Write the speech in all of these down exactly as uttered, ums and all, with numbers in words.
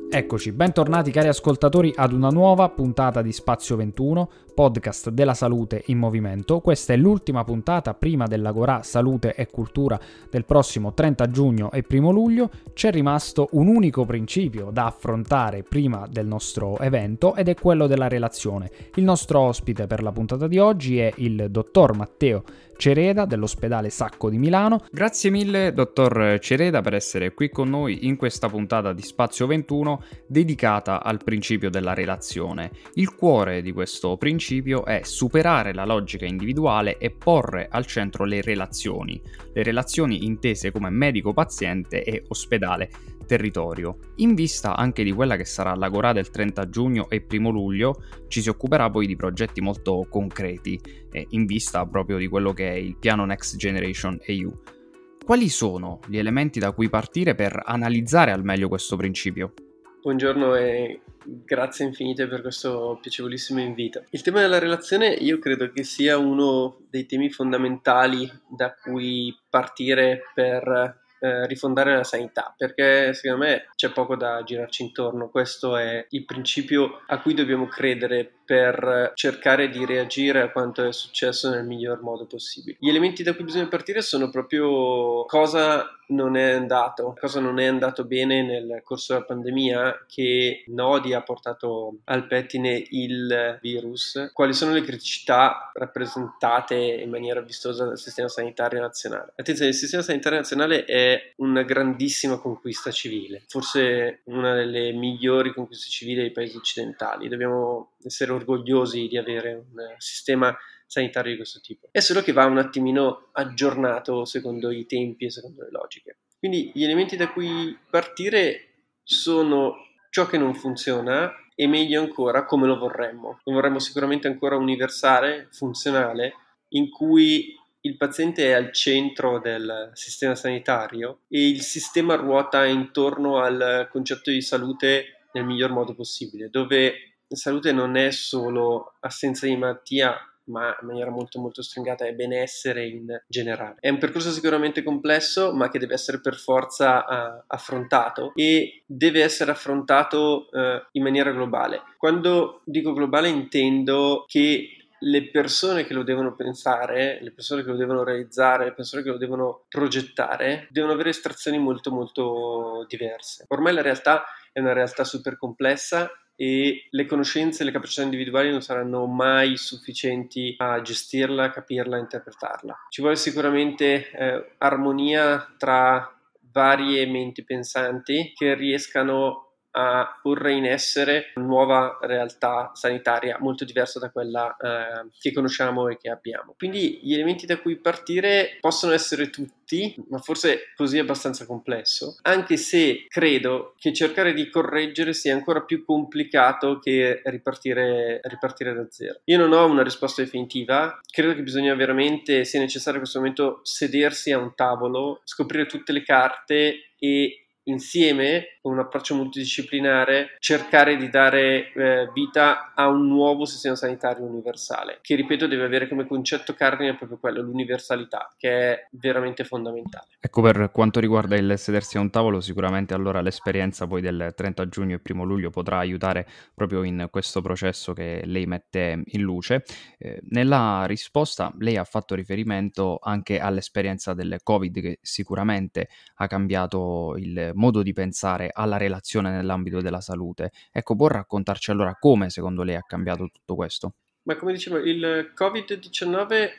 Eccoci, bentornati cari ascoltatori ad una nuova puntata di Spazio ventuno, podcast della salute in movimento. Questa è l'ultima puntata prima dell'Agorà Salute e Cultura del prossimo trenta giugno e primo luglio. C'è rimasto un unico principio da affrontare prima del nostro evento ed è quello della relazione. Il nostro ospite per la puntata di oggi è il dottor Matteo Cereda dell'ospedale Sacco di Milano. Grazie mille dottor Cereda per essere qui con noi in questa puntata di Spazio ventuno dedicata al principio della relazione. Il cuore di questo principio è superare la logica individuale e porre al centro le relazioni, le relazioni intese come medico-paziente e ospedale-territorio. In vista anche di quella che sarà l'Agorà del trenta giugno e primo luglio, ci si occuperà poi di progetti molto concreti, eh, in vista proprio di quello che è il piano Next Generation E U. Quali sono gli elementi da cui partire per analizzare al meglio questo principio? Buongiorno e grazie infinite per questo piacevolissimo invito. Il tema della relazione io credo che sia uno dei temi fondamentali da cui partire per eh, rifondare la sanità, perché secondo me c'è poco da girarci intorno. Questo è il principio a cui dobbiamo credere per cercare di reagire a quanto è successo nel miglior modo possibile. Gli elementi da cui bisogna partire sono proprio cosa non è andato, cosa non è andato bene nel corso della pandemia, che nodi ha portato al pettine il virus, quali sono le criticità rappresentate in maniera vistosa dal sistema sanitario nazionale. Attenzione, il sistema sanitario nazionale è una grandissima conquista civile, forse una delle migliori conquiste civili dei paesi occidentali. Dobbiamo essere orgogliosi di avere un sistema sanitario di questo tipo. È solo che va un attimino aggiornato secondo i tempi e secondo le logiche. Quindi gli elementi da cui partire sono ciò che non funziona e meglio ancora come lo vorremmo. Lo vorremmo sicuramente ancora universale, funzionale, in cui il paziente è al centro del sistema sanitario e il sistema ruota intorno al concetto di salute nel miglior modo possibile, dove la salute non è solo assenza di malattia, ma in maniera molto molto stringata è benessere in generale. È un percorso sicuramente complesso, ma che deve essere per forza uh, affrontato e deve essere affrontato uh, in maniera globale. Quando dico globale intendo che le persone che lo devono pensare, le persone che lo devono realizzare, le persone che lo devono progettare, devono avere estrazioni molto molto diverse. Ormai la realtà è una realtà super complessa e le conoscenze e le capacità individuali non saranno mai sufficienti a gestirla, capirla, interpretarla. Ci vuole sicuramente eh, armonia tra varie menti pensanti che riescano a porre in essere una nuova realtà sanitaria molto diversa da quella eh, che conosciamo e che abbiamo. Quindi gli elementi da cui partire possono essere tutti, ma forse così è abbastanza complesso, anche se credo che cercare di correggere sia ancora più complicato che ripartire, ripartire da zero. Io non ho una risposta definitiva, credo che bisogna veramente, sia necessario in questo momento, sedersi a un tavolo, scoprire tutte le carte e insieme, con un approccio multidisciplinare, cercare di dare eh, vita a un nuovo sistema sanitario universale, che ripeto deve avere come concetto cardine proprio quello, l'universalità, che è veramente fondamentale. Ecco, per quanto riguarda il sedersi a un tavolo, sicuramente allora l'esperienza poi del trenta giugno e primo luglio potrà aiutare proprio in questo processo che lei mette in luce. Eh, nella risposta lei ha fatto riferimento anche all'esperienza del Covid, che sicuramente ha cambiato il modo di pensare alla relazione nell'ambito della salute. Ecco, può raccontarci allora come secondo lei ha cambiato tutto questo? Ma come dicevo, il covid diciannove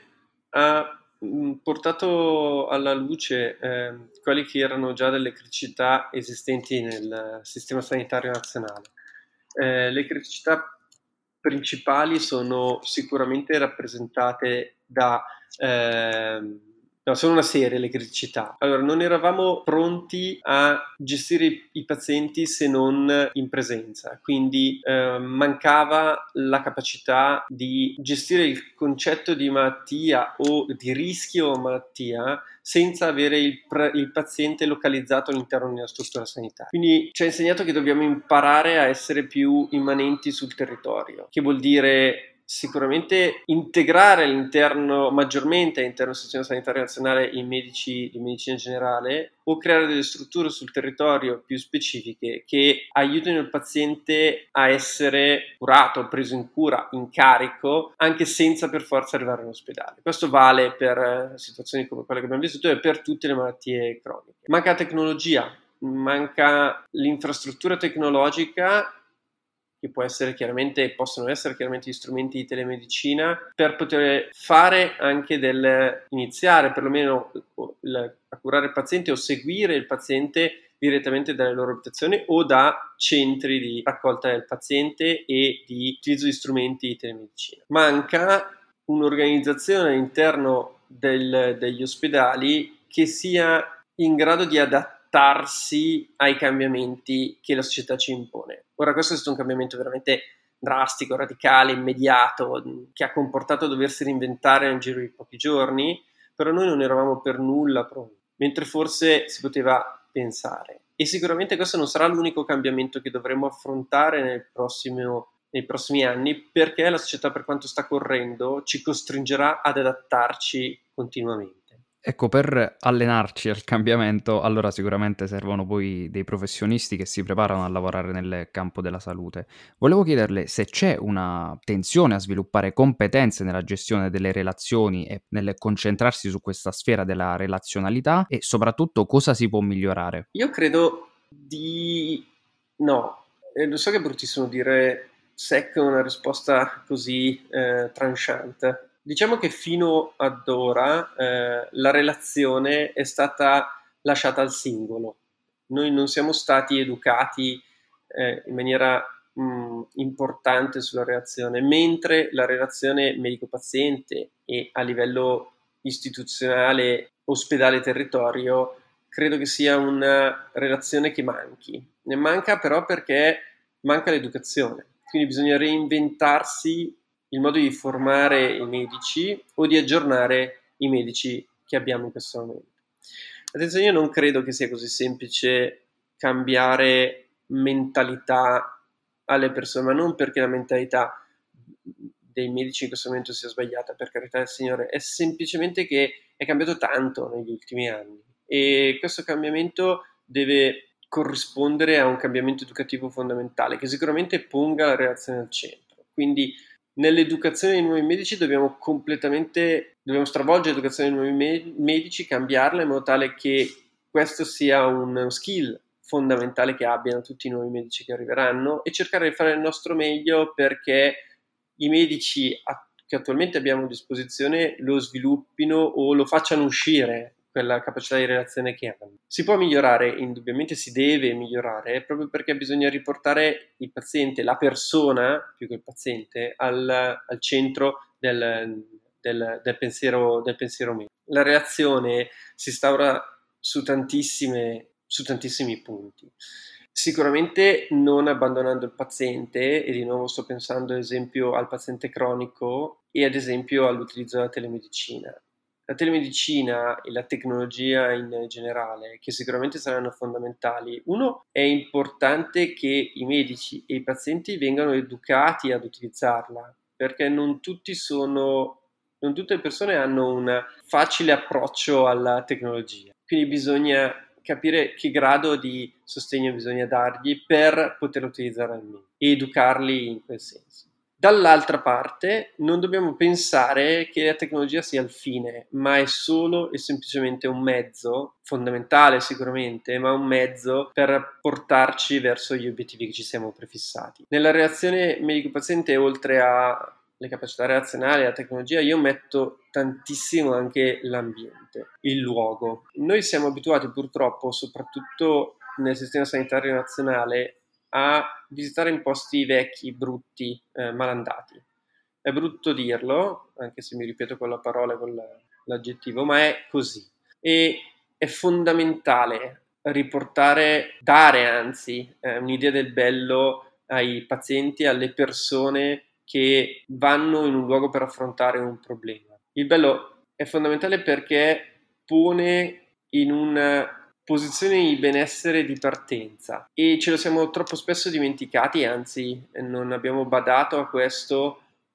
ha portato alla luce eh, quelli che erano già delle criticità esistenti nel sistema sanitario nazionale. Eh, le criticità principali sono sicuramente rappresentate da eh, no, sono una serie le criticità. Allora, non eravamo pronti a gestire i, i pazienti se non in presenza, quindi eh, mancava la capacità di gestire il concetto di malattia o di rischio malattia senza avere il, pre- il paziente localizzato all'interno della struttura sanitaria. Quindi ci ha insegnato che dobbiamo imparare a essere più immanenti sul territorio, che vuol dire sicuramente integrare all'interno, maggiormente all'interno del sistema sanitario nazionale, i medici di medicina generale, o creare delle strutture sul territorio più specifiche che aiutino il paziente a essere curato, preso in cura, in carico, anche senza per forza arrivare in ospedale. Questo vale per situazioni come quelle che abbiamo vissuto e per tutte le malattie croniche. Manca tecnologia, manca l'infrastruttura tecnologica, che può essere chiaramente, possono essere chiaramente gli strumenti di telemedicina, per poter fare anche del, iniziare perlomeno il, a curare il paziente o seguire il paziente direttamente dalle loro abitazioni o da centri di raccolta del paziente e di utilizzo di strumenti di telemedicina. Manca un'organizzazione all'interno del, degli ospedali che sia in grado di adattarsi ai cambiamenti che la società ci impone. Ora, questo è stato un cambiamento veramente drastico, radicale, immediato, che ha comportato doversi reinventare nel giro di pochi giorni, però noi non eravamo per nulla pronti, mentre forse si poteva pensare. E sicuramente questo non sarà l'unico cambiamento che dovremo affrontare nel prossimo, nei prossimi anni, perché la società, per quanto sta correndo, ci costringerà ad adattarci continuamente. Ecco, per allenarci al cambiamento, allora sicuramente servono poi dei professionisti che si preparano a lavorare nel campo della salute. Volevo chiederle se c'è una tensione a sviluppare competenze nella gestione delle relazioni e nel concentrarsi su questa sfera della relazionalità e soprattutto cosa si può migliorare. Io credo di no. Eh, lo so che è bruttissimo dire secco una risposta così eh, tranchant. Diciamo che fino ad ora eh, la relazione è stata lasciata al singolo. Noi non siamo stati educati eh, in maniera mh, importante sulla relazione, mentre la relazione medico-paziente e a livello istituzionale, ospedale-territorio, credo che sia una relazione che manchi. Ne manca però perché manca l'educazione. Quindi bisogna reinventarsi il modo di formare i medici o di aggiornare i medici che abbiamo in questo momento. Attenzione, io non credo che sia così semplice cambiare mentalità alle persone, ma non perché la mentalità dei medici in questo momento sia sbagliata, per carità del Signore, è semplicemente che è cambiato tanto negli ultimi anni e questo cambiamento deve corrispondere a un cambiamento educativo fondamentale che sicuramente ponga la relazione al centro. Quindi nell'educazione dei nuovi medici dobbiamo completamente, dobbiamo stravolgere l'educazione dei nuovi me- medici, cambiarla in modo tale che questo sia un skill fondamentale che abbiano tutti i nuovi medici che arriveranno e cercare di fare il nostro meglio perché i medici a- che attualmente abbiamo a disposizione lo sviluppino o lo facciano uscire quella capacità di relazione che hanno. Si può migliorare, indubbiamente si deve migliorare, proprio perché bisogna riportare il paziente, la persona, più che il paziente, al, al centro del, del, del, pensiero, del pensiero medico. La relazione si instaura su, tantissime, su tantissimi punti. Sicuramente non abbandonando il paziente, e di nuovo sto pensando ad esempio al paziente cronico e ad esempio all'utilizzo della telemedicina. La telemedicina e la tecnologia in generale, che sicuramente saranno fondamentali. Uno, è importante che i medici e i pazienti vengano educati ad utilizzarla, perché non tutti sono, non tutte le persone hanno un facile approccio alla tecnologia. Quindi bisogna capire che grado di sostegno bisogna dargli per poter utilizzarla al meglio e educarli in quel senso. Dall'altra parte non dobbiamo pensare che la tecnologia sia il fine, ma è solo e semplicemente un mezzo, fondamentale sicuramente, ma un mezzo per portarci verso gli obiettivi che ci siamo prefissati. Nella relazione medico-paziente, oltre alle capacità relazionali, alla tecnologia, io metto tantissimo anche l'ambiente, il luogo. Noi siamo abituati purtroppo, soprattutto nel sistema sanitario nazionale, a visitare in posti vecchi, brutti, eh, malandati. È brutto dirlo, anche se mi ripeto con la parola e con l'aggettivo, ma è così. E è fondamentale riportare, dare anzi, eh, un'idea del bello ai pazienti, alle persone che vanno in un luogo per affrontare un problema. Il bello è fondamentale perché pone in una posizione di benessere di partenza e ce lo siamo troppo spesso dimenticati, anzi non abbiamo badato a questo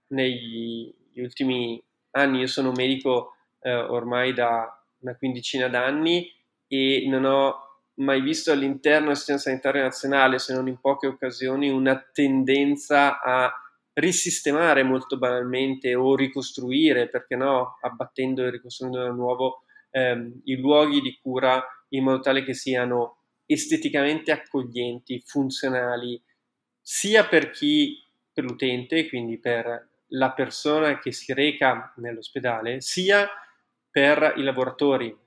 negli ultimi anni. Io sono medico eh, ormai da una quindicina d'anni e non ho mai visto all'interno del sistema sanitario nazionale, se non in poche occasioni, una tendenza a risistemare molto banalmente o ricostruire, perché no, abbattendo e ricostruendo da nuovo ehm, i luoghi di cura in modo tale che siano esteticamente accoglienti, funzionali, sia per chi, per l'utente, quindi per la persona che si reca nell'ospedale, sia per i lavoratori,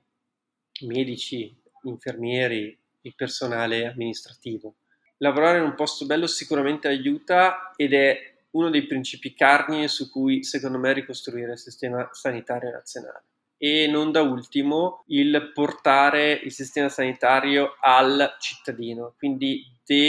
medici, infermieri, il personale amministrativo. Lavorare in un posto bello sicuramente aiuta ed è uno dei principi cardine su cui secondo me ricostruire il sistema sanitario nazionale. E non da ultimo il portare il sistema sanitario al cittadino, quindi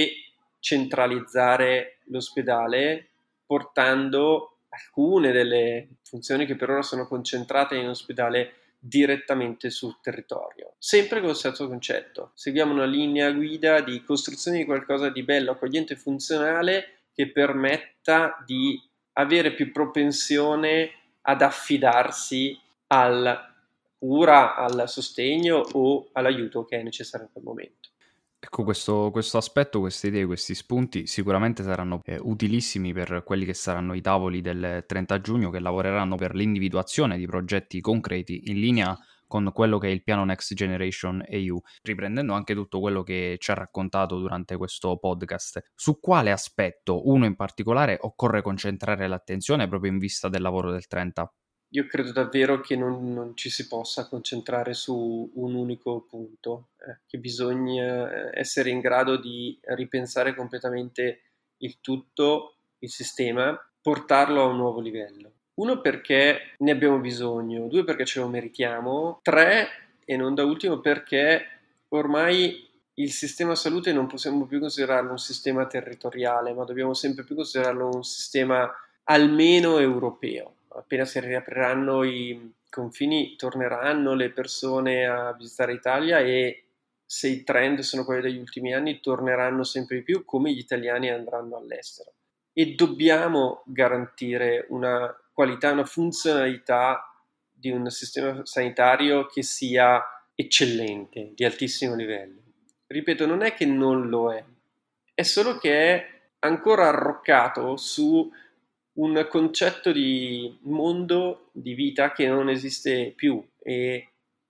decentralizzare l'ospedale portando alcune delle funzioni che per ora sono concentrate in ospedale direttamente sul territorio, sempre con lo stesso concetto. Seguiamo una linea guida di costruzione di qualcosa di bello, accogliente e funzionale che permetta di avere più propensione ad affidarsi alla cura, al sostegno o all'aiuto che è necessario in quel momento. Ecco, questo, questo aspetto, queste idee, questi spunti sicuramente saranno eh, utilissimi per quelli che saranno i tavoli del trenta giugno, che lavoreranno per l'individuazione di progetti concreti in linea con quello che è il piano Next Generation E U, riprendendo anche tutto quello che ci ha raccontato durante questo podcast. Su quale aspetto, uno in particolare, occorre concentrare l'attenzione proprio in vista del lavoro del trenta? Io credo davvero che non, non ci si possa concentrare su un unico punto, eh, che bisogna essere in grado di ripensare completamente il tutto, il sistema, portarlo a un nuovo livello. Uno, perché ne abbiamo bisogno, due, perché ce lo meritiamo, tre, e non da ultimo, perché ormai il sistema salute non possiamo più considerarlo un sistema territoriale, ma dobbiamo sempre più considerarlo un sistema almeno europeo. Appena si riapriranno i confini, torneranno le persone a visitare l'Italia e se i trend sono quelli degli ultimi anni, torneranno sempre di più, come gli italiani andranno all'estero. E dobbiamo garantire una qualità, una funzionalità di un sistema sanitario che sia eccellente, di altissimo livello. Ripeto, non è che non lo è, è solo che è ancora arroccato su un concetto di mondo, di vita che non esiste più e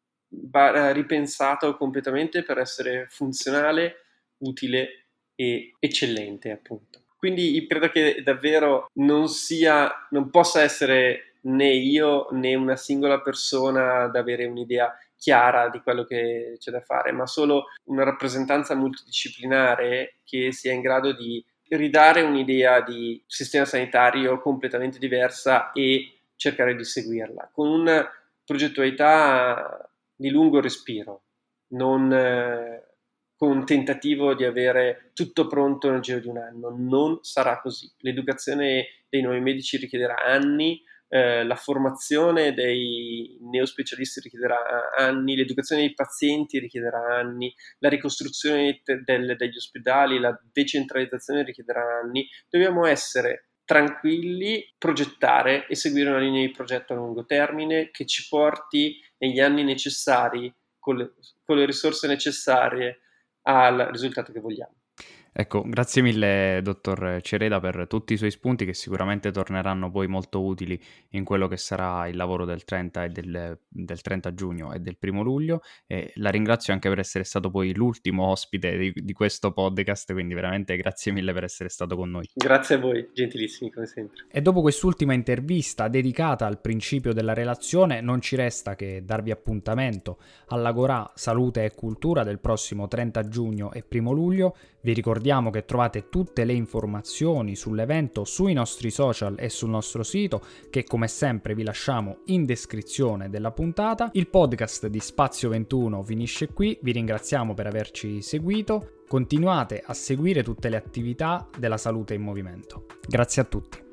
va ripensato completamente per essere funzionale, utile e eccellente, appunto. Quindi credo che davvero non sia, non possa essere né io né una singola persona ad avere un'idea chiara di quello che c'è da fare, ma solo una rappresentanza multidisciplinare che sia in grado di ridare un'idea di sistema sanitario completamente diversa e cercare di seguirla con una progettualità di lungo respiro, non eh, con un tentativo di avere tutto pronto nel giro di un anno. Non sarà così. L'educazione dei nuovi medici richiederà anni, eh, la formazione dei neospecialisti richiederà anni, l'educazione dei pazienti richiederà anni, la ricostruzione te- del, degli ospedali, la decentralizzazione richiederà anni. Dobbiamo essere tranquilli, progettare e seguire una linea di progetto a lungo termine che ci porti negli anni necessari, con le, con le risorse necessarie, al risultato che vogliamo. Ecco, grazie mille dottor Cereda per tutti i suoi spunti che sicuramente torneranno poi molto utili in quello che sarà il lavoro del trenta e del, del trenta giugno e del primo luglio, e la ringrazio anche per essere stato poi l'ultimo ospite di, di questo podcast, quindi veramente grazie mille per essere stato con noi. Grazie a voi, gentilissimi come sempre. E dopo quest'ultima intervista dedicata al principio della relazione non ci resta che darvi appuntamento all'Agorà Salute e Cultura del prossimo trenta giugno e primo luglio. Vi ricordiamo che trovate tutte le informazioni sull'evento sui nostri social e sul nostro sito, che come sempre vi lasciamo in descrizione della puntata. Il podcast di Spazio ventuno finisce qui, vi ringraziamo per averci seguito, continuate a seguire tutte le attività della salute in movimento. Grazie a tutti.